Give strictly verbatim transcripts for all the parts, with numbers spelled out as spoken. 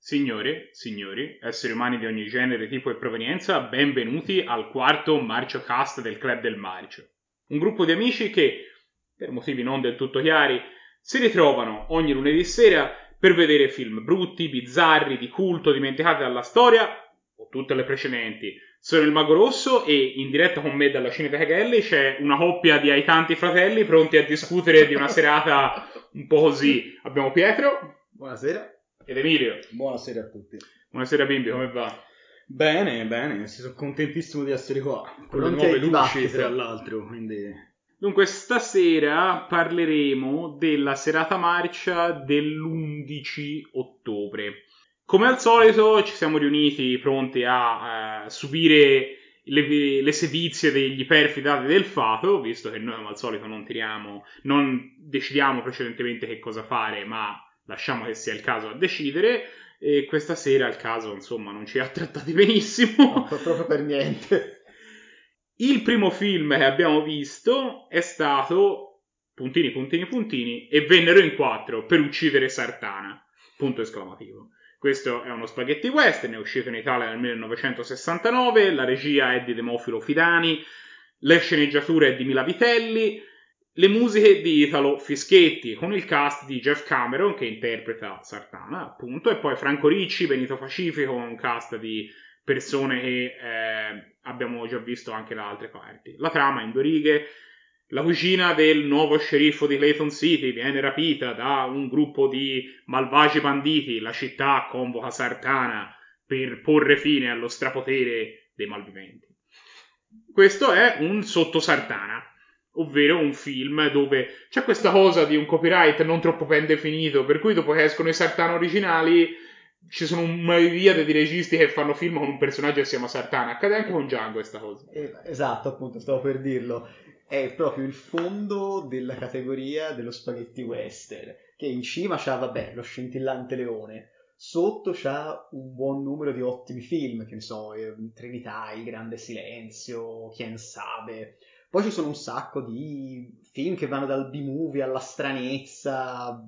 Signore, signori, esseri umani di ogni genere, tipo e provenienza, benvenuti al quarto Marcio Cast del Club del Marcio. Un gruppo di amici che, per motivi non del tutto chiari, si ritrovano ogni lunedì sera per vedere film brutti, bizzarri, di culto, dimenticati dalla storia, o tutte le precedenti. Sono il Mago Rosso e in diretta con me dalla Cineteca Kelly c'è una coppia di aitanti fratelli pronti a discutere di una serata un po' così. Abbiamo Pietro. Buonasera. Ed Emilio. Buonasera a tutti. Buonasera bimbi, come va? Bene, bene, sono contentissimo di essere qua. Con le Pronti nuove ai luci, dibattito. tra l'altro, quindi... Dunque, stasera parleremo della serata marcia dell'undici ottobre. Come al solito ci siamo riuniti pronti a uh, subire le, le sevizie degli iperfidati del fato, visto che noi come al solito non tiriamo, non decidiamo precedentemente che cosa fare, ma lasciamo che sia il caso a decidere. E questa sera il caso, insomma, non ci ha trattati benissimo. No, proprio per niente. Il primo film che abbiamo visto è stato puntini, puntini, puntini e vennero in quattro per uccidere Sartana. Punto esclamativo. Questo è uno spaghetti western, è uscito in Italia nel millenovecentosessantanove, la regia è di Demofilo Fidani, le sceneggiature è di Mila Vitelli, le musiche di Italo Fischetti, con il cast di Jeff Cameron che interpreta Sartana, appunto, e poi Franco Ricci, Benito Pacifico, un cast di persone che eh, abbiamo già visto anche da altre parti. La trama in due righe: la cugina del nuovo sceriffo di Clayton City viene rapita da un gruppo di malvagi banditi, la città convoca Sartana per porre fine allo strapotere dei malviventi. Questo è un sotto Sartana, ovvero un film dove c'è questa cosa di un copyright non troppo ben definito, per cui dopo che escono i Sartana originali ci sono una miriade di registi che fanno film con un personaggio che si chiama Sartana. Accade anche con Django questa cosa. Esatto, appunto, stavo per dirlo. È proprio il fondo della categoria dello spaghetti western, che in cima c'ha, vabbè, lo scintillante leone, sotto c'ha un buon numero di ottimi film, che ne so, eh, Trinità, Il Grande Silenzio, Quien Sabe. Poi ci sono un sacco di film che vanno dal B-movie alla stranezza,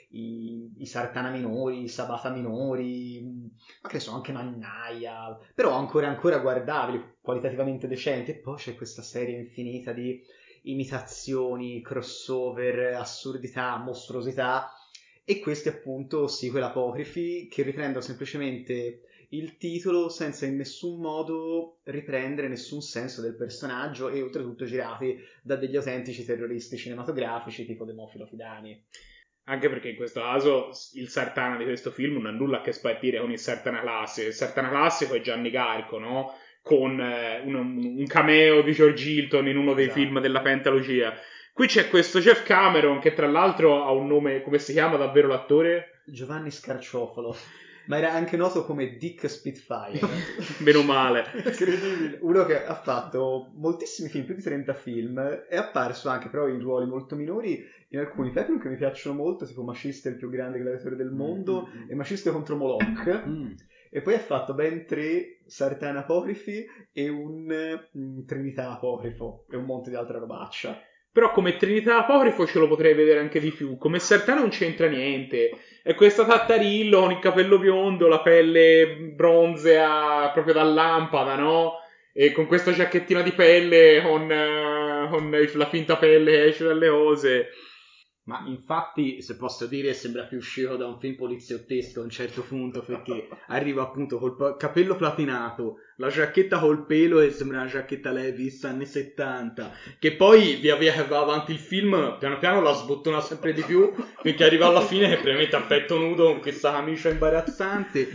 i, i Sartana minori, i Sabata minori, ma che ne so, anche Mannaia, però ancora ancora guardabili, qualitativamente decenti. E poi c'è questa serie infinita di imitazioni, crossover, assurdità, mostruosità, e questi appunto sequel apocrifi che riprendono semplicemente il titolo senza in nessun modo riprendere nessun senso del personaggio, e oltretutto girati da degli autentici terroristi cinematografici tipo Demofilo Fidani. Anche perché in questo caso il Sartana di questo film non ha nulla a che spartire con il Sartana classico. Il Sartana classico è Gianni Garco, no? Con eh, un, un cameo di George Hilton in uno dei Esatto. film della pentalogia. Qui c'è questo Jeff Cameron che tra l'altro ha un nome, come si chiama davvero l'attore? Giovanni Scarciofalo, ma era anche noto come Dick Spitfire. Meno male. Incredibile. Uno che ha fatto moltissimi film, più di trenta film, è apparso anche però in ruoli molto minori in alcuni film che mi piacciono molto, tipo Maciste, il più grande gladiatore del mondo, mm-hmm. e Maciste contro Moloch. Mm. E poi ha fatto ben tre Sartana apocrifi e un mm, Trinità apocrifo e un monte di altra robaccia. Però come Trinità apocrifo ce lo potrei vedere anche di più. Come Sartana non c'entra niente. È questa Tattarillo con il capello biondo, la pelle bronzea proprio da lampada, no? E con questa giacchettina di pelle con, uh, con la finta pelle che esce dalle ose. Ma infatti, se posso dire, sembra più uscito da un film poliziottesco a un certo punto, perché arriva appunto col capello platinato, la giacchetta col pelo e sembra una giacchetta Levi's anni settanta, che poi via via che va avanti il film piano piano la sbottona sempre di più, finché arriva alla fine che praticamente a petto nudo con questa camicia imbarazzante.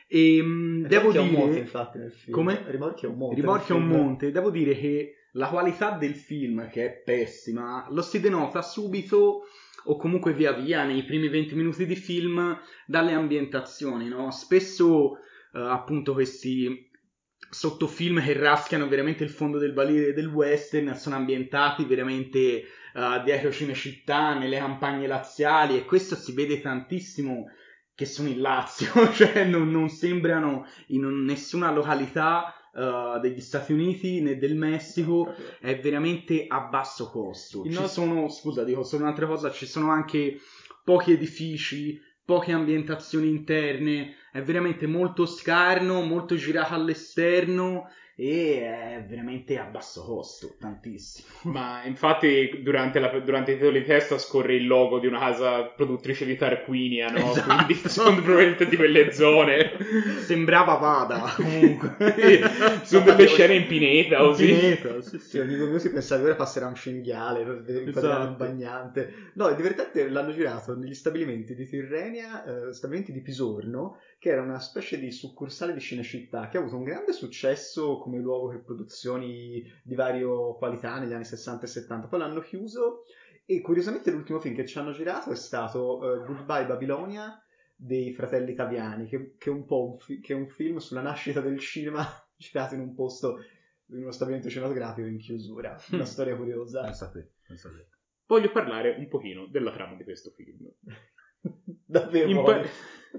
E mh, devo dire, un monte, infatti, nel film. Come? Rimorchi è un monte. Rimorchi è un monte. Devo dire che la qualità del film, che è pessima, lo si denota subito, o comunque via via nei primi venti minuti di film, dalle ambientazioni, no? Spesso eh, appunto questi sottofilm che raschiano veramente il fondo del barile del western sono ambientati veramente uh, dietro Cinecittà, nelle campagne laziali, e questo si vede tantissimo che sono in Lazio, cioè non, non sembrano in nessuna località uh, degli Stati Uniti né del Messico, è veramente a basso costo. Il ci nostro... sono, scusa, dico solo un'altra cosa, ci sono anche pochi edifici, poche ambientazioni interne, è veramente molto scarno, molto girato all'esterno e è veramente a basso costo, tantissimo. Ma infatti durante, la, durante i titoli di testa scorre il logo di una casa produttrice di Tarquinia, no? Esatto. Quindi sono probabilmente di quelle zone. Sembrava Vada, comunque. Sono delle scene in pineta, così. In pineta, sì, Sì, ogni due minuti pensavo che ora passerà un cinghiale per vedere inquadrare Esatto. un bagnante. No, è divertente, l'hanno girato negli stabilimenti di Tirrenia, eh, stabilimenti di Pisorno, che era una specie di succursale di Cinecittà, che ha avuto un grande successo come luogo per produzioni di vario qualità negli anni sessanta e settanta. Poi l'hanno chiuso e curiosamente l'ultimo film che ci hanno girato è stato uh, Goodbye Babilonia dei fratelli Taviani, che, che, è un po' un, fi- che è un film sulla nascita del cinema girato in un posto, in uno stabilimento cinematografico in chiusura. Una storia curiosa. Pensate, pensate. Voglio parlare un pochino della trama di questo film. Davvero In vuoi? pa-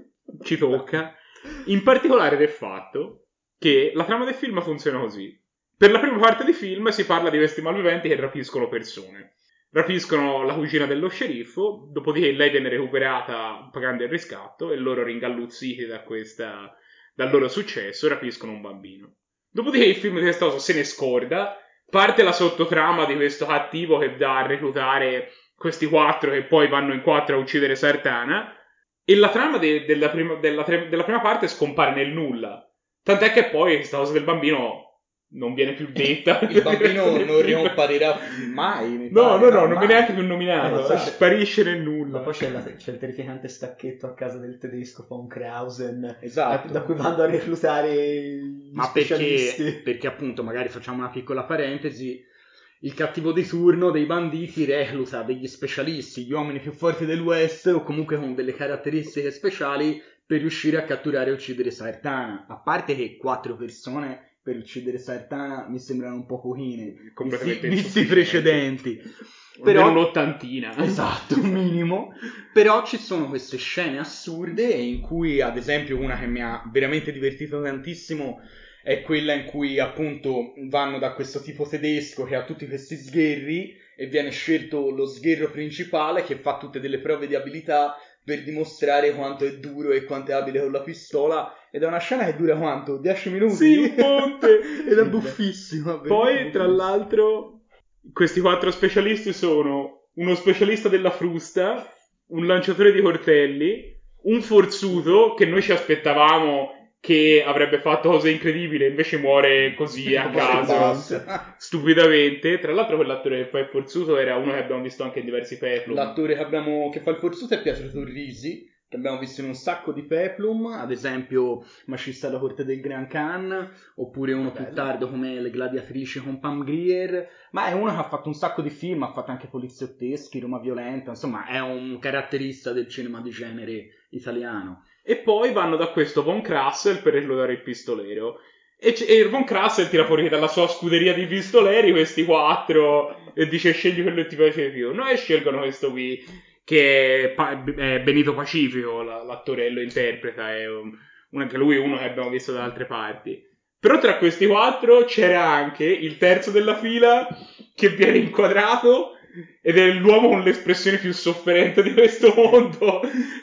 ci tocca. In particolare del fatto che la trama del film funziona così. Per la prima parte del film si parla di questi malviventi che rapiscono persone. Rapiscono la cugina dello sceriffo, dopodiché lei viene recuperata pagando il riscatto e loro, ringalluzziti da questa, dal loro successo, rapiscono un bambino. Dopodiché il film di questa cosa se ne scorda, parte la sottotrama di questo cattivo che dà a reclutare questi quattro che poi vanno in quattro a uccidere Sartana, e la trama de- della, prima, della, tre- della prima parte scompare nel nulla. Tant'è che poi questa cosa del bambino non viene più detta. Il bambino non ricomparirà mai. Mi No, pare. no, no, non mai. viene neanche più nominato. Eh, poi c'è- sparisce nel nulla. Ma poi c'è, la- c'è il terrificante stacchetto a casa del tedesco von Krausen, Esatto. da cui vanno a reclutare gli Ma perché, specialisti. perché appunto, magari facciamo una piccola parentesi, il cattivo di turno dei banditi recluta degli specialisti, gli uomini più forti del West o comunque con delle caratteristiche speciali per riuscire a catturare e uccidere Sartana. A parte che quattro persone per uccidere Sartana mi sembrano un po' pochine, Completamente visti i insufficienti. precedenti. Però Però un'ottantina. Esatto, un minimo. Però ci sono queste scene assurde in cui, ad esempio, una che mi ha veramente divertito tantissimo è quella in cui appunto vanno da questo tipo tedesco che ha tutti questi sgherri e viene scelto lo sgherro principale che fa tutte delle prove di abilità per dimostrare quanto è duro e quanto è abile con la pistola, ed è una scena che dura quanto? dieci minuti? Sì, un monte. Ed è buffissima. Poi, veramente tra buffissima. l'altro, questi quattro specialisti sono uno specialista della frusta, un lanciatore di coltelli, un forzuto che noi ci aspettavamo che avrebbe fatto cose incredibili, invece muore così a caso, stupidamente. Tra l'altro quell'attore che fa il forzuto era uno che abbiamo visto anche in diversi peplum. L'attore che, abbiamo, che fa il forzuto è Pietro Torrisi, che abbiamo visto in un sacco di peplum, ad esempio Macista alla corte del Gran Khan, oppure uno più Bello. tardi come Le gladiatrici con Pam Grier, ma è uno che ha fatto un sacco di film, ha fatto anche Poliziotteschi, Roma Violenta, insomma è un caratterista del cinema di genere italiano. E poi vanno da questo Von Krassel per reclutare il pistolero. E, c- e Von Krassel tira fuori dalla sua scuderia di pistoleri questi quattro e dice scegli quello che ti piace di più. Noi scelgono questo qui, che è, Pa- è Benito Pacifico, la- l'attore che lo interpreta, è un, un- anche lui uno che abbiamo visto da altre parti. Però tra questi quattro c'era anche il terzo della fila che viene inquadrato ed è l'uomo con l'espressione più sofferente di questo mondo.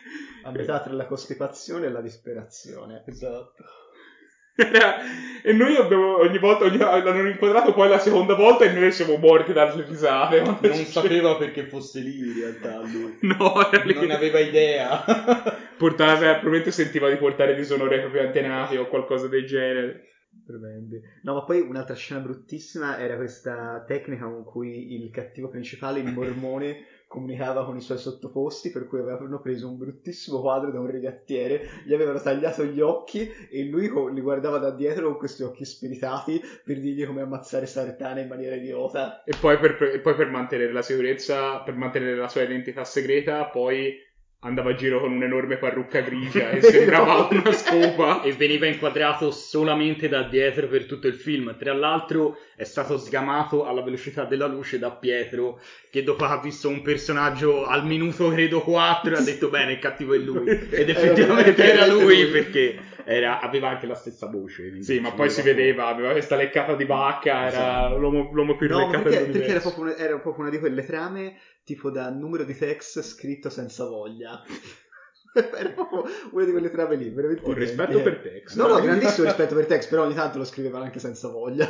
A metà tra la costipazione e la disperazione. Esatto. Era- e noi abbiamo ogni volta ogni, l'hanno inquadrato poi la seconda volta e noi siamo morti dalle risate. Non sapeva perché fosse lì in realtà lui. No, era lì. Non aveva idea. Portava, probabilmente sentiva di portare disonore ai propri antenati o qualcosa del genere. Tremendi. No, ma poi un'altra scena bruttissima era questa tecnica con cui il cattivo principale, il mormone, comunicava con i suoi sottoposti, per cui avevano preso un bruttissimo quadro da un rigattiere, gli avevano tagliato gli occhi e lui co- li guardava da dietro con questi occhi spiritati per dirgli come ammazzare Sartana in maniera idiota. E poi per, e poi per mantenere la sicurezza, per mantenere la sua identità segreta, poi andava a giro con un'enorme parrucca grigia e sembrava una scopa. E veniva inquadrato solamente da dietro per tutto il film. Tra l'altro è stato sgamato alla velocità della luce da Pietro, che dopo aver visto un personaggio al minuto credo quattro ha detto bene, il cattivo è lui, ed effettivamente Era era lui lui. perché era, aveva anche la stessa voce, quindi Sì, ma si poi si vedeva vedeva, aveva questa leccata di vacca, era Esatto. l'uomo, l'uomo più No, ma leccato perché, dell'universo. perché era, proprio una, era proprio una di quelle trame tipo da numero di text scritto senza voglia. Era proprio una di quelle trame lì, veramente. Ho rispetto per Tex. No, no, grandissimo rispetto per Tex, però ogni tanto lo scriveva anche senza voglia.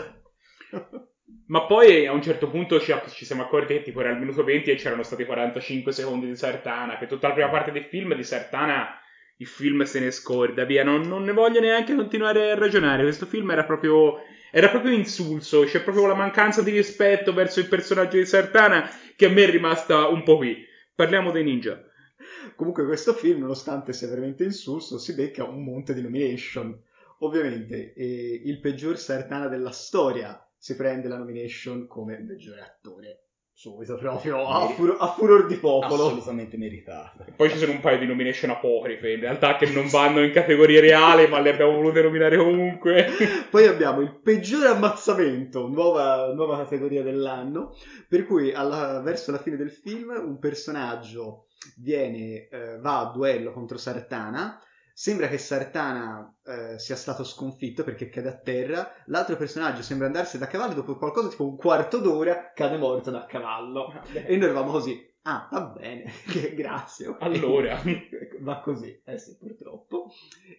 Ma poi a un certo punto ci, ci siamo accorti che tipo era il minuto venti e c'erano stati quarantacinque secondi di Sartana, che tutta la prima parte del film di Sartana il film se ne scorda, via, non, non ne voglio neanche continuare a ragionare, questo film era proprio, era proprio insulso, c'è proprio la mancanza di rispetto verso il personaggio di Sartana che a me è rimasta un po' qui. Parliamo dei ninja. Comunque questo film, nonostante sia veramente insulso, si becca un monte di nomination. Ovviamente eh, il peggior Sartana della storia si prende la nomination come peggiore attore. Subito proprio a, fur- a furor di popolo. Assolutamente meritato. Poi ci sono un paio di nomination apocrife in realtà che non vanno in categorie reali, ma le abbiamo volute nominare comunque. Poi abbiamo il peggiore ammazzamento, nuova, nuova categoria dell'anno, per cui alla, verso la fine del film un personaggio viene, eh, va a duello contro Sartana. Sembra che Sartana eh, sia stato sconfitto perché cade a terra. L'altro personaggio sembra andarsene da cavallo. Dopo qualcosa tipo un quarto d'ora cade morto da cavallo. E noi eravamo così. Ah, va bene, grazie. Okay. Allora. Va così, eh sì, purtroppo.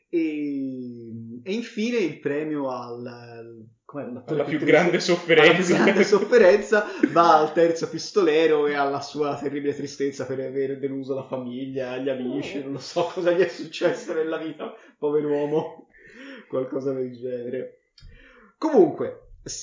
E, e infine il premio al... Com'era, alla più grande sofferenza. Alla più grande sofferenza va al terzo pistolero e alla sua terribile tristezza per aver deluso la famiglia, gli amici, non lo so cosa gli è successo nella vita, povero uomo, qualcosa del genere. Comunque,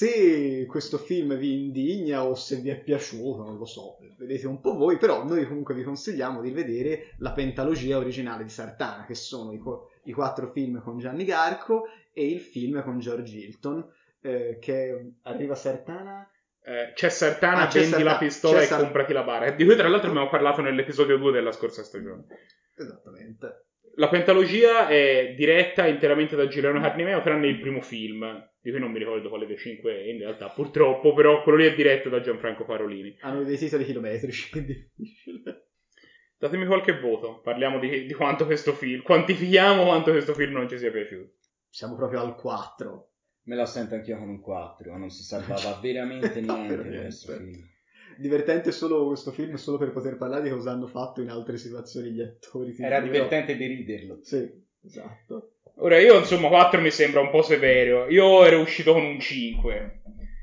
se questo film vi indigna o se vi è piaciuto, non lo so, vedete un po' voi, però noi comunque vi consigliamo di vedere la pentalogia originale di Sartana, che sono i, qu- i quattro film con Gianni Garco e il film con George Hilton, eh, che arriva Sartana... Eh, c'è Sartana, ah, c'è vendi Sartana, la pistola e Sar- comprati la bara. Di cui tra l'altro abbiamo parlato nell'episodio due della scorsa stagione. Esattamente. La pentalogia è diretta interamente da Girolamo Carnimeo, tranne il primo film, di cui non mi ricordo quale dei cinque in realtà, purtroppo, però quello lì è diretto da Gianfranco Parolini. Hanno dei titoli chilometrici, quindi difficile. Datemi qualche voto, parliamo di, di quanto questo film, quantifichiamo quanto questo film non ci sia piaciuto. Siamo proprio al quattro. Me la sento anch'io con un quattro, non si salvava veramente niente da questo film. Divertente solo questo film, solo per poter parlare di cosa hanno fatto in altre situazioni gli attori. Era divertente deriderlo. Sì, esatto. Ora io insomma quattro mi sembra un po' severo, io ero uscito con un cinque,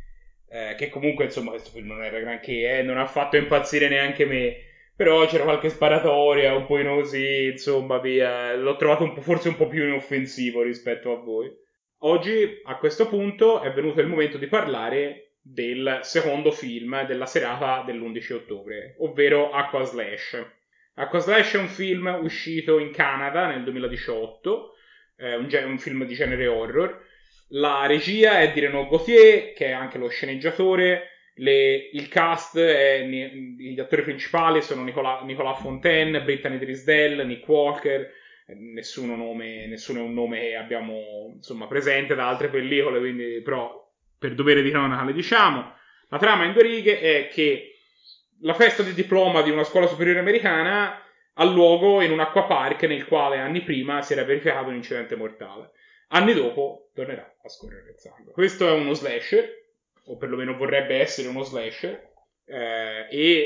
eh, che comunque insomma questo film non era granché, eh, non ha fatto impazzire neanche me, però c'era qualche sparatoria, un po' così, insomma via, l'ho trovato un po', forse un po' più inoffensivo rispetto a voi. Oggi a questo punto è venuto il momento di parlare del secondo film della serata dell'undici ottobre, ovvero Aqua Slash. Aqua Slash è un film uscito in Canada nel duemiladiciotto, eh, un, un film di genere horror. La regia è di Renaud Gauthier, che è anche lo sceneggiatore. Le, il cast, è, gli attori principali sono Nicolas, Nicolas Fontaine, Brittany Drisdell, Nick Walker. Nessuno nome, nessuno è un nome che abbiamo insomma presente da altre pellicole, quindi però per dovere di cronaca le diciamo. La trama in due righe è che la festa di diploma di una scuola superiore americana ha luogo in un acquapark nel quale anni prima si era verificato un incidente mortale. Anni dopo tornerà a scorrere il sangue. Questo è uno slasher, o perlomeno vorrebbe essere uno slasher, eh, e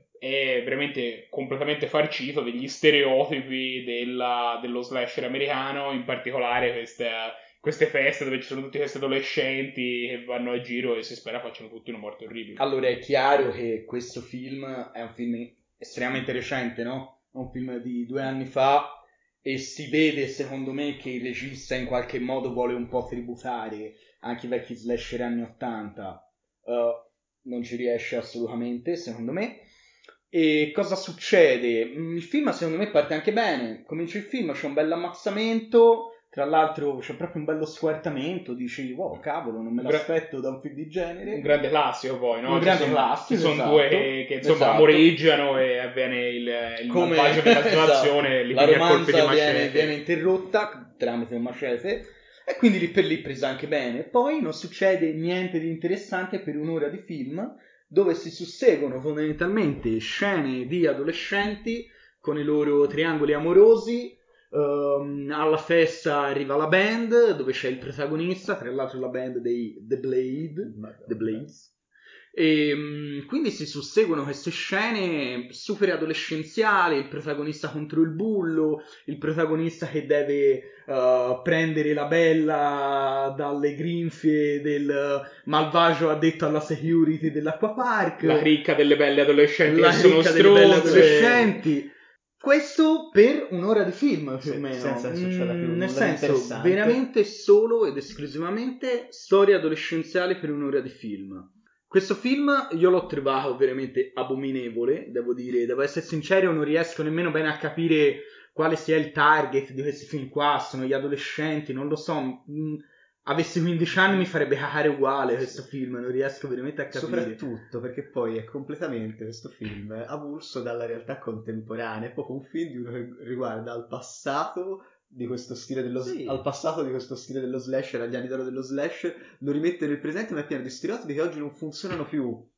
è veramente completamente farcito degli stereotipi della, dello slasher americano, in particolare queste, queste feste dove ci sono tutti questi adolescenti che vanno a giro e si spera facciano tutti una morte orribile. Allora è chiaro che questo film è un film estremamente recente, no? È un film di due anni fa e si vede secondo me che il regista in qualche modo vuole un po' tributare anche i vecchi slasher anni ottanta. Uh, non ci riesce assolutamente secondo me. E cosa succede? Il film secondo me parte anche bene. Comincia il film, c'è un bel ammazzamento, tra l'altro c'è proprio un bello squartamento, dici wow cavolo non me l'aspetto da un film di genere. Un grande classico poi, no? Un Ci grande sono, classico, ci sono esatto, due che, che insomma esatto. amoreggiano e avviene il, il Come malvagio della situazione, esatto. li La piglia a colpi di romanza macete. viene, viene interrotta tramite un macete e quindi lì per lì presa anche bene. Poi non succede niente di interessante per un'ora di film dove si susseguono fondamentalmente scene di adolescenti con i loro triangoli amorosi. Um, alla festa arriva la band dove c'è il protagonista, tra l'altro la band dei The Blade, The Blades, E mh, quindi si susseguono queste scene super adolescenziali, il protagonista contro il bullo, il protagonista che deve uh, prendere la bella dalle grinfie del malvagio addetto alla security dell'acquapark, La cricca delle belle adolescenti la che sono cricca delle belle stronze. adolescenti. Questo per un'ora di film, più Sì, o meno. senza che succeda più Mm, nulla nel di senso, interessante. veramente solo ed esclusivamente storie adolescenziali per un'ora di film. Questo film io l'ho trovato veramente abominevole, devo dire, devo essere sincero, non riesco nemmeno bene a capire quale sia il target di questi film qua, sono gli adolescenti, non lo so. mm, Avessi quindici anni mi farebbe cacare uguale questo film, non riesco veramente a capire. Soprattutto perché poi è completamente questo film avulso dalla realtà contemporanea, è proprio un film di uno che riguarda al passato di questo stile dello Sì. al passato di questo stile dello slasher, agli anni d'oro dello slasher, lo rimette nel presente ma è pieno di stereotipi che oggi non funzionano più.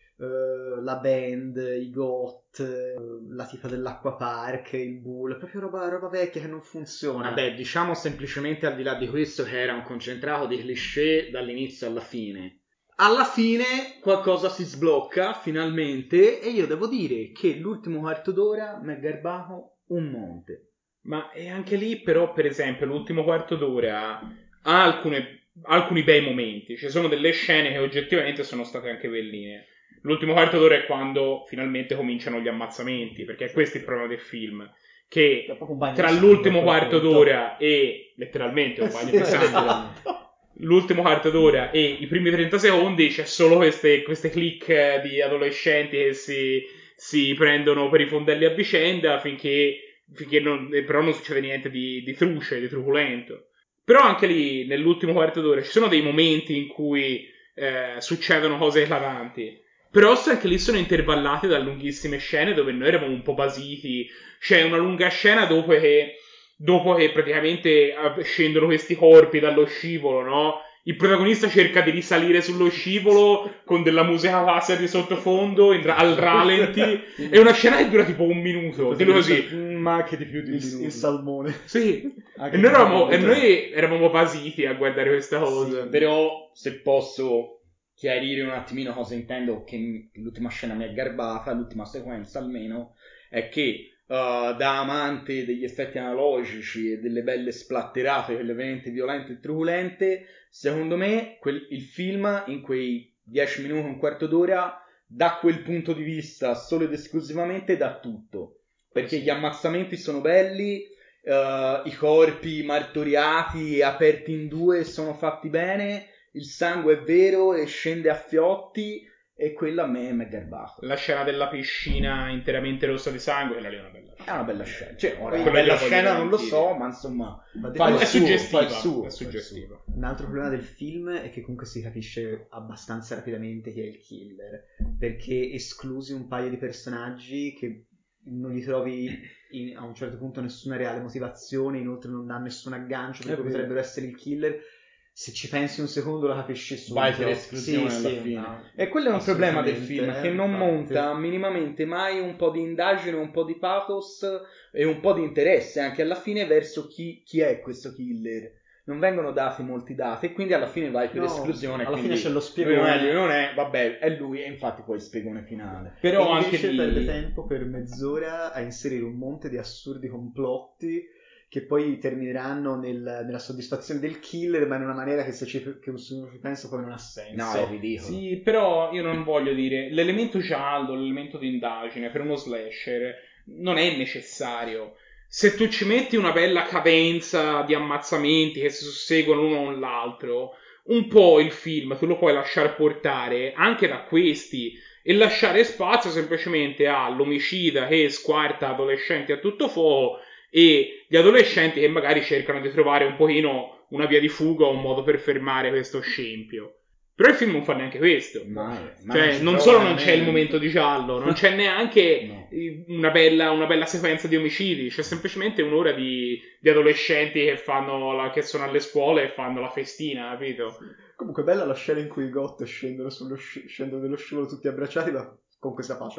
Uh, la band, i goth, uh, la tipa dell'acquapark, il bull, proprio roba, roba vecchia che non funziona. Vabbè, diciamo semplicemente al di là di questo che era un concentrato di cliché dall'inizio alla fine. Alla fine qualcosa si sblocca finalmente e io devo dire che l'ultimo quarto d'ora mi è garbato un monte. Ma e anche lì, però, per esempio, l'ultimo quarto d'ora ha alcune, alcuni bei momenti. Ci sono delle scene che oggettivamente sono state anche belline. L'ultimo quarto d'ora è quando finalmente cominciano gli ammazzamenti, perché è questo il problema del film. Che È proprio un bagno tra di sangue l'ultimo a quel quarto punto. d'ora e letteralmente un bagno Sì, di sangue, esatto. l'ultimo quarto d'ora e i primi trenta secondi c'è solo queste, queste click di adolescenti che si, si prendono per i fondelli a vicenda finché, finché non, però non succede niente di, di truce, di truculento. Però anche lì nell'ultimo quarto d'ora ci sono dei momenti in cui eh, succedono cose eclatanti. Però anche lì sono intervallate da lunghissime scene dove noi eravamo un po' basiti. C'è una lunga scena dopo che, dopo che praticamente scendono questi corpi dallo scivolo, no? Il protagonista cerca di risalire sullo scivolo con della musica classica di sottofondo in, al ralenti. È una scena che dura tipo un minuto. Dillo così. Ma anche di più di un Il, minuto. il salmone. Sì. Anche E noi di più eravamo, di e un noi eravamo basiti a guardare questa cosa. Sì, però se posso chiarire un attimino cosa intendo, che l'ultima scena mi è garbata, l'ultima sequenza almeno, è che uh, da amante degli effetti analogici e delle belle splatterate, quelle veramente violente e truculente, secondo me quel, il film in quei dieci minuti, un quarto d'ora, da quel punto di vista solo ed esclusivamente dà tutto, perché Sì. gli ammazzamenti sono belli, uh, i corpi martoriati e aperti in due sono fatti bene, il sangue è vero e scende a fiotti e quella a me mi è garbato. La scena della piscina interamente rossa di sangue, quella lì è una bella scena. È una bella scena, cioè, ora, Poi una quella bella io voglio scena non lo garantire. so, ma insomma Ma fa il è suo, suggestiva, fa il suo, è fa il suggestiva. Un altro problema del film è che comunque si capisce abbastanza rapidamente chi è il killer, perché esclusi un paio di personaggi che non gli trovi in- a un certo punto nessuna reale motivazione, inoltre non dà nessun aggancio perché È vero. potrebbero essere il killer. Se ci pensi un secondo lo capisci subito. vai per esclusione Sì, alla sì, fine. no, E quello è un problema del assolutamente, film, che eh, non infatti. monta minimamente mai un po' di indagine, un po' di pathos e un po' di interesse anche alla fine verso chi, chi è questo killer. Non vengono dati molti dati e quindi alla fine vai per No, esclusione. alla quindi fine c'è lo lui spiegone. non è, lui non è, vabbè, è lui e infatti poi il spiegone finale. Però E anche invece lì perde tempo per mezz'ora a inserire un monte di assurdi complotti che poi termineranno nel- nella soddisfazione del killer, ma in una maniera che se ci, che se uno ci pensa poi non ha senso. No, è ridicolo. Sì, però io non voglio dire l'elemento giallo, l'elemento di indagine per uno slasher non è necessario. Se tu ci metti una bella cadenza di ammazzamenti che si susseguono l'uno con l'altro, un po' il film tu lo puoi lasciare portare anche da questi e lasciare spazio semplicemente all'omicida che squarta adolescenti a tutto fuoco e gli adolescenti che magari cercano di trovare un pochino una via di fuga o un modo per fermare questo scempio. Però il film non fa neanche questo. Mai, ma Cioè, ci non prova solo non nemmeno. c'è il momento di giallo, non c'è neanche No. una, bella, una bella sequenza di omicidi, c'è semplicemente un'ora di, di adolescenti che, fanno la, che sono alle scuole e fanno la festina, capito? Comunque bella la scena in cui i goth scendono, sullo sci- scendono dello scivolo tutti abbracciati, ma con questa faccia.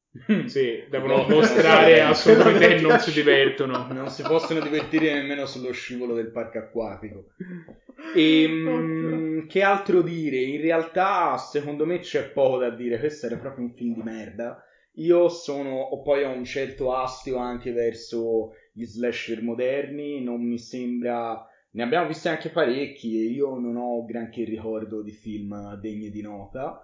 Sì, devono mostrare assolutamente che non si divertono. Non si possono divertire nemmeno sullo scivolo del parco acquatico. E mh, che altro dire? In realtà, secondo me c'è poco da dire. Questo era proprio un film di merda. Io sono, o poi ho un certo astio anche verso gli slasher moderni. Non mi sembra. Ne abbiamo visti anche parecchi e io non ho granché ricordo di film degni di nota.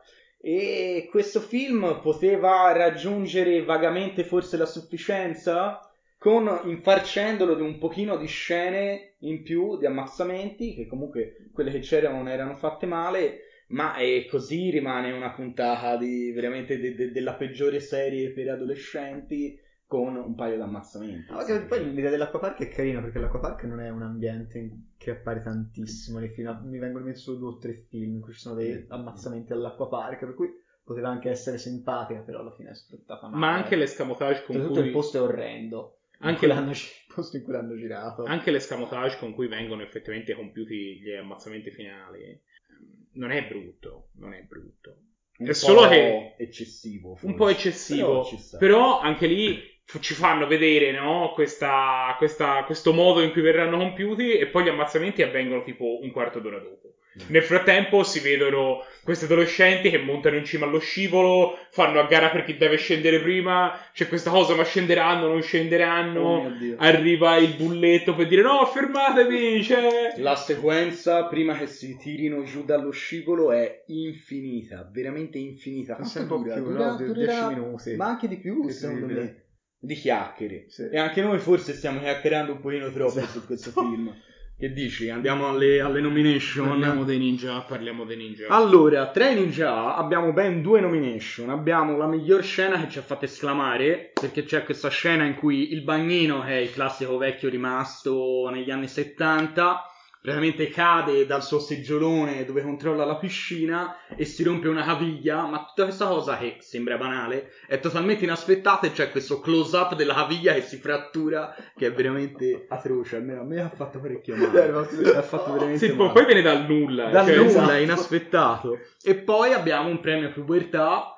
E questo film poteva raggiungere vagamente forse la sufficienza con infarcendolo di un pochino di scene in più, di ammazzamenti, che comunque quelle che c'erano non erano fatte male, ma è così rimane una puntata di veramente de- de- della peggiore serie per adolescenti con un paio di ammazzamenti. Ma che poi l'idea dell'acquapark è carina perché l'acquapark non è un ambiente in- che appare tantissimo nei film. Mi vengono in mente solo due o tre film in cui ci sono dei ammazzamenti all'acquapark, per cui poteva anche essere simpatica, però alla fine è sfruttata male. Ma anche l'escamotage con Tutto cui... il posto è orrendo. Anche Anche il posto in cui l'hanno girato. Anche l'escamotage con cui vengono effettivamente compiuti gli ammazzamenti finali non è brutto, non è brutto. Un è solo po' che eccessivo, forse. un po' eccessivo, però, ci sta. però anche lì f- ci fanno vedere, no, questa, questa, questo modo in cui verranno compiuti e poi gli ammazzamenti avvengono tipo un quarto d'ora dopo. Nel frattempo si vedono questi adolescenti che montano in cima allo scivolo, fanno a gara per chi deve scendere prima, c'è questa cosa, ma scenderanno, non scenderanno, Oh mio Dio. arriva il bulletto per dire no, fermatevi, c'è... La sequenza prima che si tirino giù dallo scivolo è infinita, veramente infinita. Forse Quanto un po' dura? più, Dura- no? Die- durerà- dieci minuti. Ma anche di più, Che secondo terribile. me. Di chiacchiere. Sì. E anche noi forse stiamo chiacchierando un pochino troppo Esatto. su questo film. Che dici? Andiamo alle, alle nomination. Parliamo dei ninja, parliamo dei ninja. Allora, tra i ninja abbiamo ben due nomination. Abbiamo la miglior scena che ci ha fatto esclamare, perché c'è questa scena in cui il bagnino, che è il classico vecchio rimasto negli anni settanta, praticamente cade dal suo seggiolone dove controlla la piscina e si rompe una caviglia, ma tutta questa cosa che sembra banale è totalmente inaspettata e c'è questo close up della caviglia che si frattura che è veramente atroce, almeno a me ha fatto parecchio male. ha fatto veramente Sì, male. poi viene dal nulla. Dal cioè, nulla, esatto. è inaspettato. E poi abbiamo un premio pubertà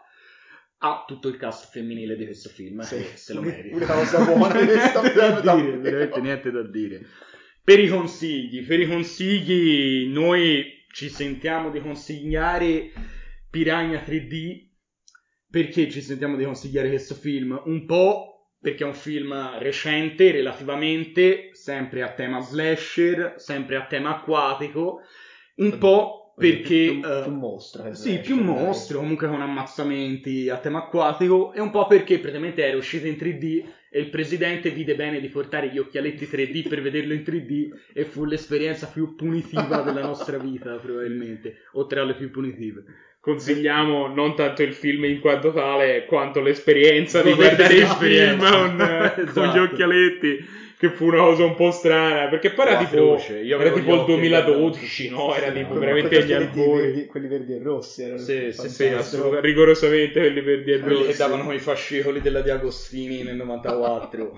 a tutto il cast femminile di questo film, Sì. che se lo Una- merita. una cosa buona di questo Niente da film, davvero. dire, veramente niente da dire. Per i consigli, per i consigli noi ci sentiamo di consigliare Piranha tre D. Perché ci sentiamo di consigliare questo film? Un po' perché è un film recente relativamente, sempre a tema slasher, sempre a tema acquatico, un po' perché più, eh, più mostro che sì, slasher, più dai. mostro, comunque con ammazzamenti a tema acquatico, e un po' perché praticamente era uscito in tre D e il presidente vide bene di portare gli occhialetti tre D per vederlo in tre D e fu l'esperienza più punitiva della nostra vita probabilmente, oltre alle più punitive. Consigliamo non tanto il film in quanto tale, quanto l'esperienza di Godete guardare il l'esperienza. film con, Esatto. con gli occhialetti, che fu una cosa un po' strana, perché poi era Oh, tipo, atroce. Io era avevo tipo gli il occhi duemiladodici, no? Era Sì, tipo con- veramente con agli gli occhialetti albori. verdi- quelli verdi e rossi erano Sì, sì, fantastici. Sì, assolutamente, rigorosamente quelli verdi e Quelli che rossi. davano i fascicoli della Di Agostini nel novantaquattro.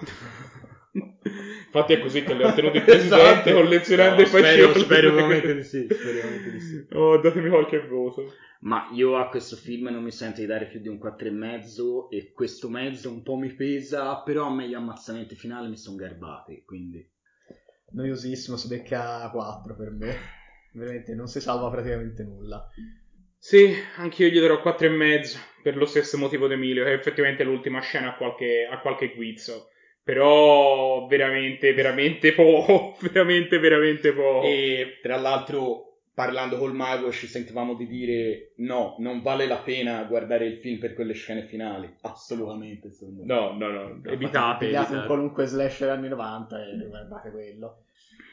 Infatti è così che le ha ottenuto il presidente, Esatto. collezionando No, i fascicoli. spero, spero veramente di sì, spero veramente di sì. Oh, datemi qualche voto. Ma io a questo film non mi sento di dare più di un quattro e mezzo e questo mezzo un po' mi pesa, però a me gli ammazzamenti finali mi sono garbati, quindi Noiosissimo, si becca quattro per me. Veramente non si salva praticamente nulla. Sì, anch'io gli darò quattro e mezzo per lo stesso motivo di Emilio, che effettivamente l'ultima scena ha qualche, ha qualche guizzo. Però veramente, veramente poco, veramente, veramente poco. E tra l'altro, parlando col mago, ci sentivamo di dire no, non vale la pena guardare il film per quelle scene finali. Assolutamente, secondo me. No, no, no, evitate, Pigliate un evitate. qualunque slasher anni novanta e guardate quello.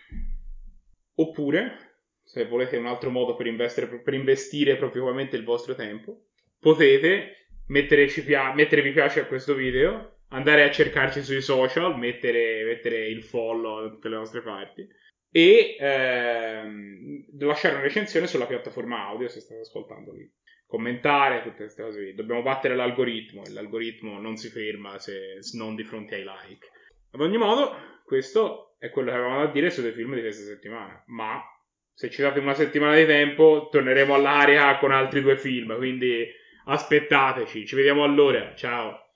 Oppure, se volete un altro modo per investire, per investire propriamente il vostro tempo, potete mettere, ci pia- mettere mi piace a questo video, andare a cercarci sui social, mettere, mettere il follow da tutte le nostre parti e ehm, lasciare una recensione sulla piattaforma audio se state ascoltando lì. Commentare, tutte queste cose lì. Dobbiamo battere l'algoritmo e l'algoritmo non si ferma se non di fronte ai like. Ad ogni modo, questo è quello che avevamo da dire sui film di questa settimana, ma se ci date una settimana di tempo torneremo all'aria con altri due film, quindi aspettateci, ci vediamo allora, ciao!